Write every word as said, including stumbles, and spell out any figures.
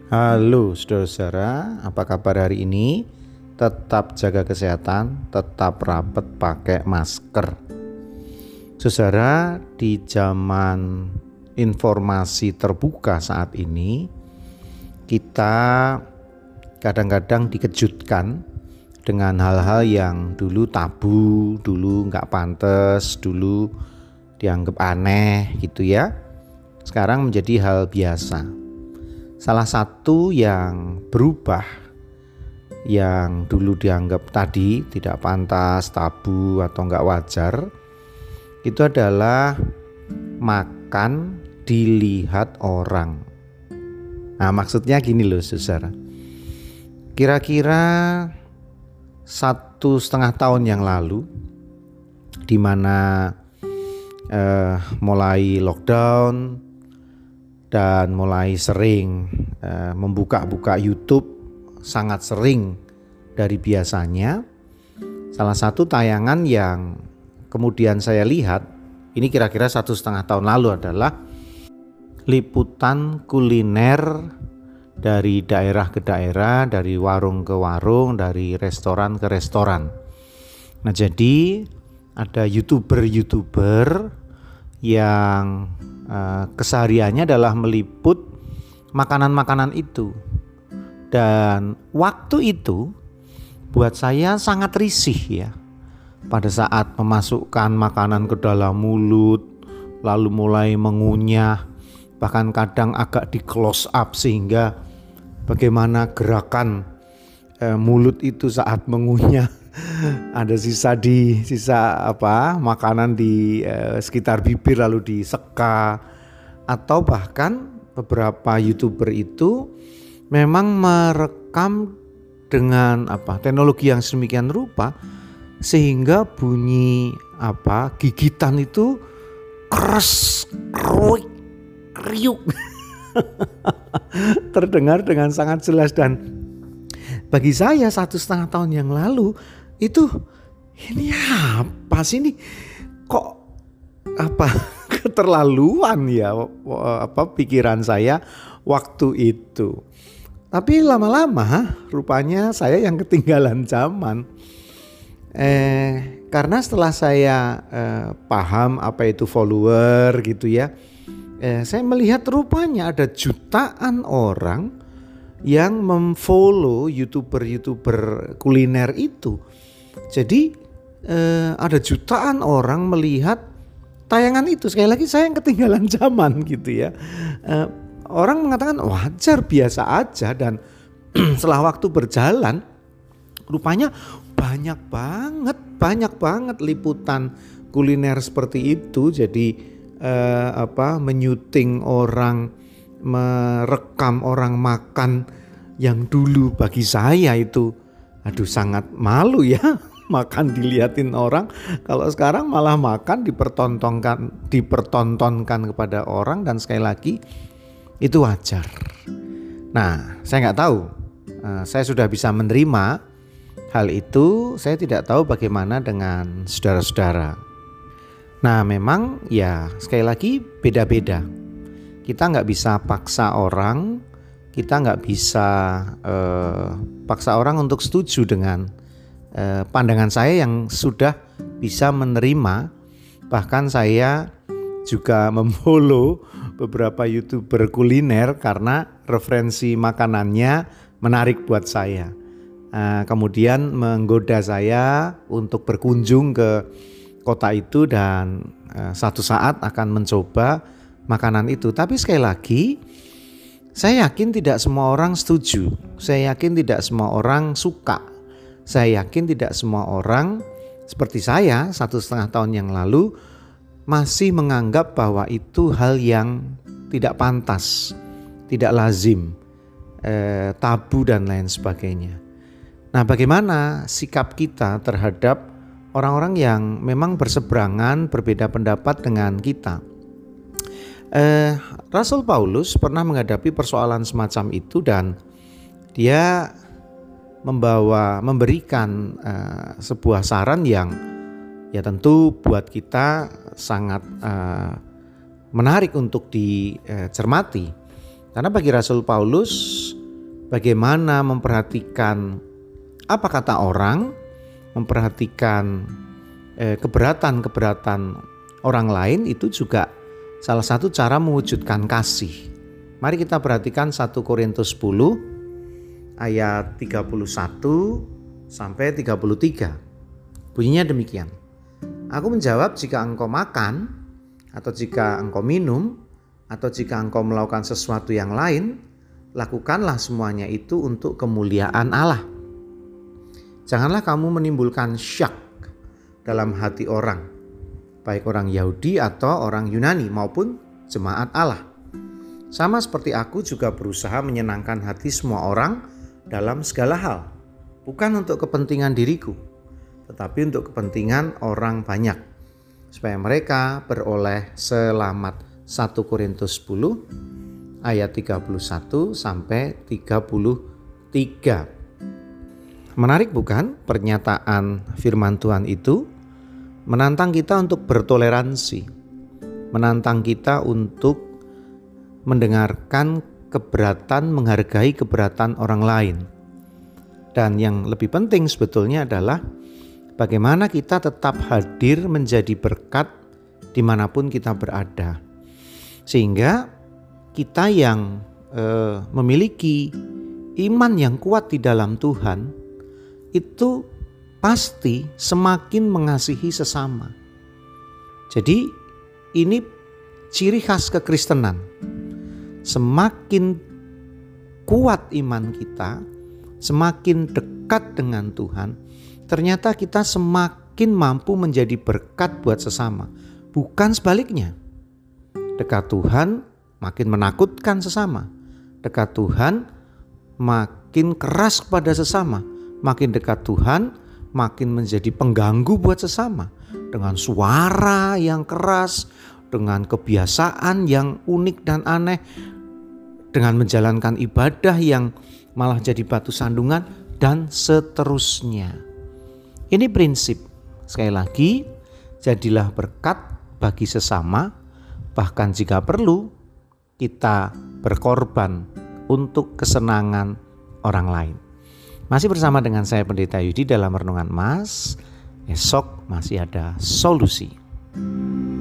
Halo saudara-saudara, apa kabar hari ini? Tetap jaga kesehatan, tetap rapat pakai masker. Saudara, di zaman informasi terbuka saat ini, kita kadang-kadang dikejutkan dengan hal-hal yang dulu tabu, dulu nggak pantas, dulu dianggap aneh gitu ya. Sekarang menjadi hal biasa. Salah satu yang berubah, yang dulu dianggap tadi tidak pantas, tabu atau nggak wajar, itu adalah makan dilihat orang. Nah, maksudnya gini loh saudara, kira-kira satu setengah tahun yang lalu, di mana eh, mulai lockdown dan mulai sering uh, membuka-buka YouTube, sangat sering dari biasanya. Salah satu tayangan yang kemudian saya lihat, ini kira-kira satu setengah tahun lalu, adalah liputan kuliner dari daerah ke daerah, dari warung ke warung, dari restoran ke restoran. Nah, jadi ada youtuber-youtuber yang Uh, kesehariannya adalah meliput makanan-makanan itu. Dan waktu itu buat saya sangat risih ya. Pada saat memasukkan makanan ke dalam mulut, lalu mulai mengunyah, bahkan kadang agak di close up sehingga bagaimana gerakan uh, mulut itu saat mengunyah. Ada sisa di sisa apa makanan di eh, sekitar bibir lalu diseka, atau bahkan beberapa YouTuber itu memang merekam dengan apa teknologi yang sedemikian rupa sehingga bunyi apa gigitan itu keras, kruik, kriuk terdengar dengan sangat jelas. Dan bagi saya satu setengah tahun yang lalu itu, ini apa sih ini, kok apa keterlaluan ya apa pikiran saya waktu itu. Tapi lama-lama rupanya saya yang ketinggalan zaman. Eh karena setelah saya eh, paham apa itu follower gitu ya, eh, saya melihat rupanya ada jutaan orang yang memfollow youtuber-youtuber kuliner itu. Jadi eh, ada jutaan orang melihat tayangan itu. Sekali lagi saya yang ketinggalan zaman gitu ya. Eh, orang mengatakan wajar, biasa aja. Dan setelah waktu berjalan, rupanya banyak banget, banyak banget liputan kuliner seperti itu. Jadi eh, apa menyuting orang, merekam orang makan yang dulu bagi saya itu aduh sangat malu ya makan dilihatin orang. Kalau sekarang malah makan dipertontonkan dipertontonkan kepada orang, dan sekali lagi itu wajar. Nah, saya nggak tahu, saya sudah bisa menerima hal itu. Saya tidak tahu bagaimana dengan saudara-saudara. Nah, memang ya sekali lagi beda-beda. Kita nggak bisa paksa orang, kita nggak bisa eh, paksa orang untuk setuju dengan eh, pandangan saya yang sudah bisa menerima. Bahkan saya juga memfollow beberapa YouTuber kuliner karena referensi makanannya menarik buat saya. Eh, kemudian menggoda saya untuk berkunjung ke kota itu dan eh, satu saat akan mencoba makanan itu. Tapi sekali lagi, saya yakin tidak semua orang setuju. Saya yakin tidak semua orang suka. Saya yakin tidak semua orang seperti saya satu setengah tahun yang lalu masih menganggap bahwa itu hal yang tidak pantas, tidak lazim, eh, tabu dan lain sebagainya. Nah, bagaimana sikap kita terhadap orang-orang yang memang berseberangan, berbeda pendapat dengan kita? Eh, Rasul Paulus pernah menghadapi persoalan semacam itu, dan dia membawa memberikan uh, sebuah saran yang ya tentu buat kita sangat uh, menarik untuk dicermati. Karena bagi Rasul Paulus, bagaimana memperhatikan apa kata orang, memperhatikan eh, keberatan-keberatan orang lain, itu juga salah satu cara mewujudkan kasih. Mari kita perhatikan satu Korintus sepuluh ayat tiga puluh satu sampai tiga puluh tiga. Bunyinya demikian. Aku menjawab, jika engkau makan, atau jika engkau minum, atau jika engkau melakukan sesuatu yang lain, lakukanlah semuanya itu untuk kemuliaan Allah. Janganlah kamu menimbulkan syak dalam hati orang, baik orang Yahudi atau orang Yunani maupun jemaat Allah. Sama seperti aku juga berusaha menyenangkan hati semua orang dalam segala hal, bukan untuk kepentingan diriku, tetapi untuk kepentingan orang banyak, supaya mereka beroleh selamat. satu Korintus sepuluh ayat tiga puluh satu sampai tiga puluh tiga. Menarik bukan pernyataan firman Tuhan itu? Menantang kita untuk bertoleransi, menantang kita untuk mendengarkan keberatan, menghargai keberatan orang lain. Dan yang lebih penting sebetulnya adalah bagaimana kita tetap hadir menjadi berkat dimanapun kita berada. Sehingga kita yang eh, memiliki iman yang kuat di dalam Tuhan, itu pasti semakin mengasihi sesama. Jadi ini ciri khas kekristenan. Semakin kuat iman kita, semakin dekat dengan Tuhan, ternyata kita semakin mampu menjadi berkat buat sesama. Bukan sebaliknya. Dekat Tuhan makin menakutkan sesama. Dekat Tuhan makin keras kepada sesama. Makin dekat Tuhan makin menjadi pengganggu buat sesama. Dengan suara yang keras, dengan kebiasaan yang unik dan aneh, dengan menjalankan ibadah yang malah jadi batu sandungan, dan seterusnya. Ini prinsip. Sekali lagi, jadilah berkat bagi sesama, bahkan jika perlu kita berkorban untuk kesenangan orang lain. Masih bersama dengan saya Pendeta Yudi dalam Renungan Mas. Esok masih ada solusi.